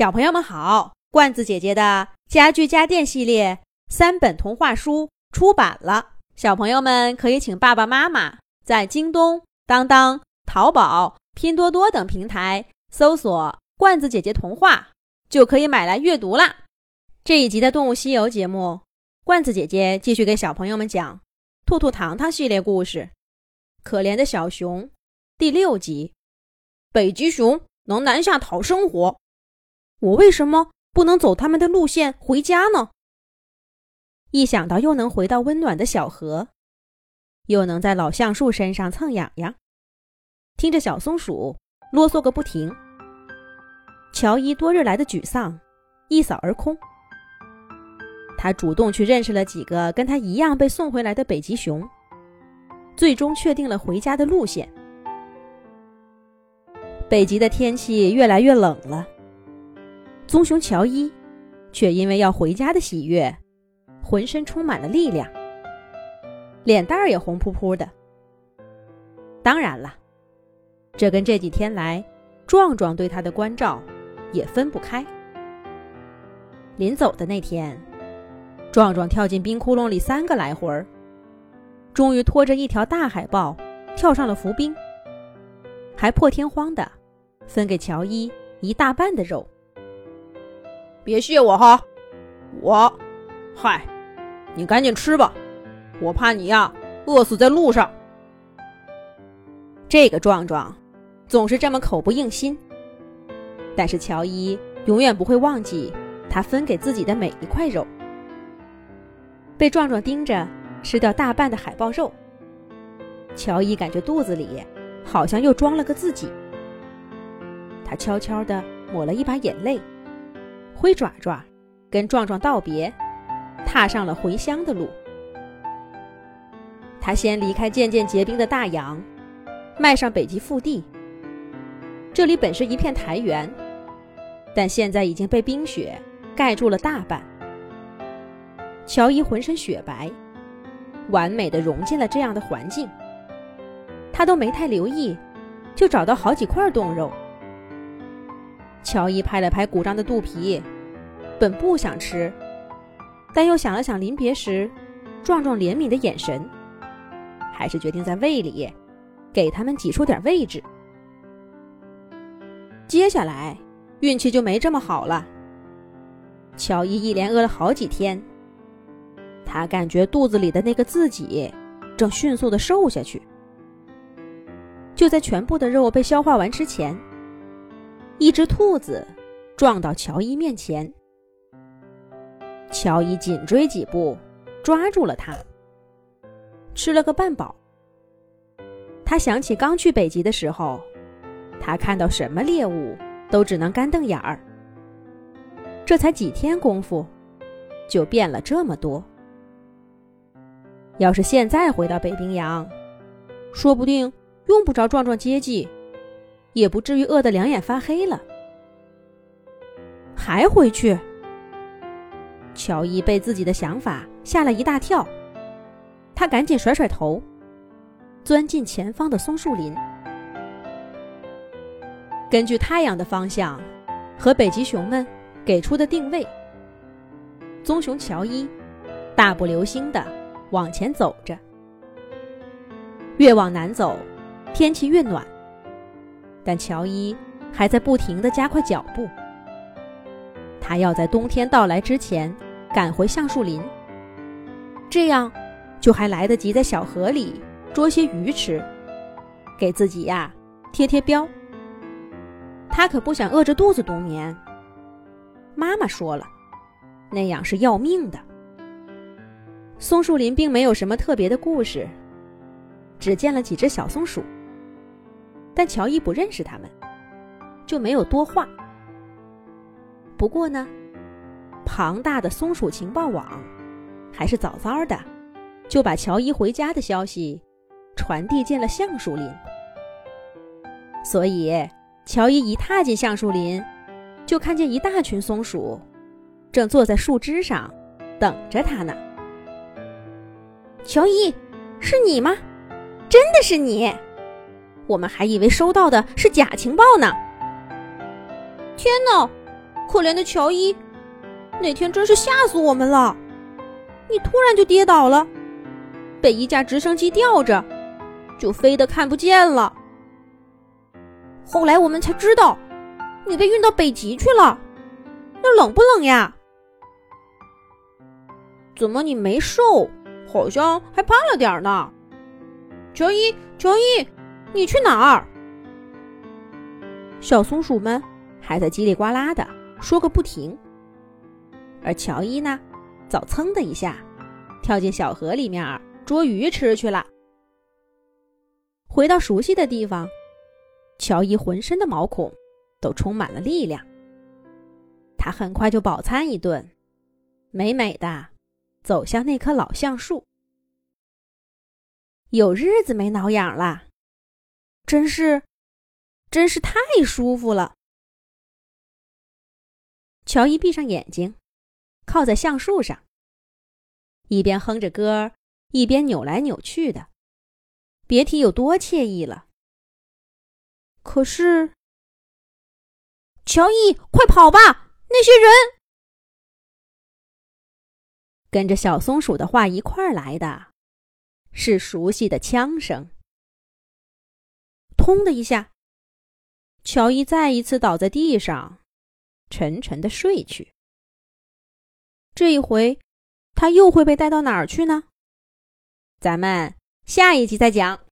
小朋友们好，罐子姐姐的家具家电系列3本童话书出版了，小朋友们可以请爸爸妈妈在京东、当当、淘宝、拼多多等平台搜索罐子姐姐童话，就可以买来阅读啦。这一集的动物西游节目，罐子姐姐继续给小朋友们讲兔兔糖糖系列故事可怜的小熊第6集，北极熊能南下讨生活，我为什么不能走他们的路线回家呢？一想到又能回到温暖的小河，又能在老橡树身上蹭痒痒，听着小松鼠啰嗦个不停，乔伊多日来的沮丧一扫而空。他主动去认识了几个跟他一样被送回来的北极熊，最终确定了回家的路线。北极的天气越来越冷了，棕熊乔伊却因为要回家的喜悦，浑身充满了力量，脸蛋儿也红扑扑的。当然了，这跟这几天来壮壮对他的关照也分不开。临走的那天，壮壮跳进冰窟窿里3个来回，终于拖着一条大海豹跳上了浮冰，还破天荒的分给乔伊1大半的肉。 别谢我哈，嗨，你赶紧吃吧，我怕你呀饿死在路上。 这个壮壮总是这么口不应心，但是乔伊永远不会忘记他分给自己的每一块肉。被壮壮盯着吃掉大半的海豹肉，乔伊感觉肚子里好像又装了个自己。他悄悄地抹了一把眼泪，挥爪爪跟壮壮道别，踏上了回乡的路。他先离开渐渐结冰的大洋，迈上北极腹地。这里本是一片苔原，但现在已经被冰雪盖住了大半。乔伊浑身雪白，完美地融进了这样的环境。他都没太留意，就找到好几块冻肉。乔伊拍了拍鼓胀的肚皮，本不想吃，但又想了想临别时壮壮怜悯的眼神，还是决定在胃里给他们挤出点位置。接下来运气就没这么好了。乔伊一连饿了好几天，他感觉肚子里的那个自己正迅速地瘦下去。就在全部的肉被消化完之前，一只兔子撞到乔伊面前。乔伊紧追几步，抓住了它，吃了个半饱。他想起刚去北极的时候，他看到什么猎物都只能干瞪眼儿。这才几天功夫，就变了这么多。要是现在回到北冰洋，说不定用不着壮壮接济，也不至于饿得两眼发黑了。还回去？乔伊被自己的想法吓了一大跳，他赶紧甩甩头，钻进前方的松树林。根据太阳的方向和北极熊们给出的定位，棕熊乔伊大步流星地往前走着。越往南走，天气越暖，但乔伊还在不停地加快脚步。他要在冬天到来之前赶回橡树林，这样就还来得及在小河里捉些鱼吃，给自己呀贴贴膘。他可不想饿着肚子冬眠，妈妈说了，那样是要命的。松树林并没有什么特别的故事，只见了几只小松鼠，但乔伊不认识它们，就没有多话。不过呢，庞大的松鼠情报网还是早早的就把乔伊回家的消息传递进了橡树林。所以乔伊一踏进橡树林，就看见一大群松鼠正坐在树枝上等着他呢。乔伊，是你吗？真的是你，我们还以为收到的是假情报呢。 天哪， 可怜的乔伊，那天真是吓死我们了。你突然就跌倒了，被一架直升机吊着，就飞得看不见了。后来我们才知道，你被运到北极去了。那冷不冷呀？怎么你没瘦，好像还胖了点呢？乔伊，你去哪儿？ 小松鼠们还在叽里呱啦的说个不停，而乔伊呢，早噌的一下跳进小河里面捉鱼吃去了。回到熟悉的地方，乔伊浑身的毛孔都充满了力量，他很快就饱餐一顿，美美的走向那棵老橡树。有日子没挠痒了，真是太舒服了。乔伊闭上眼睛，靠在橡树上，一边哼着歌，一边扭来扭去的，别提有多惬意了。可是， 乔伊，快跑吧！那些人！ 跟着小松鼠的话一块儿来的，是熟悉的枪声。咚的一下，乔伊再一次倒在地上，沉沉地睡去。这一回，他又会被带到哪儿去呢？咱们下一集再讲。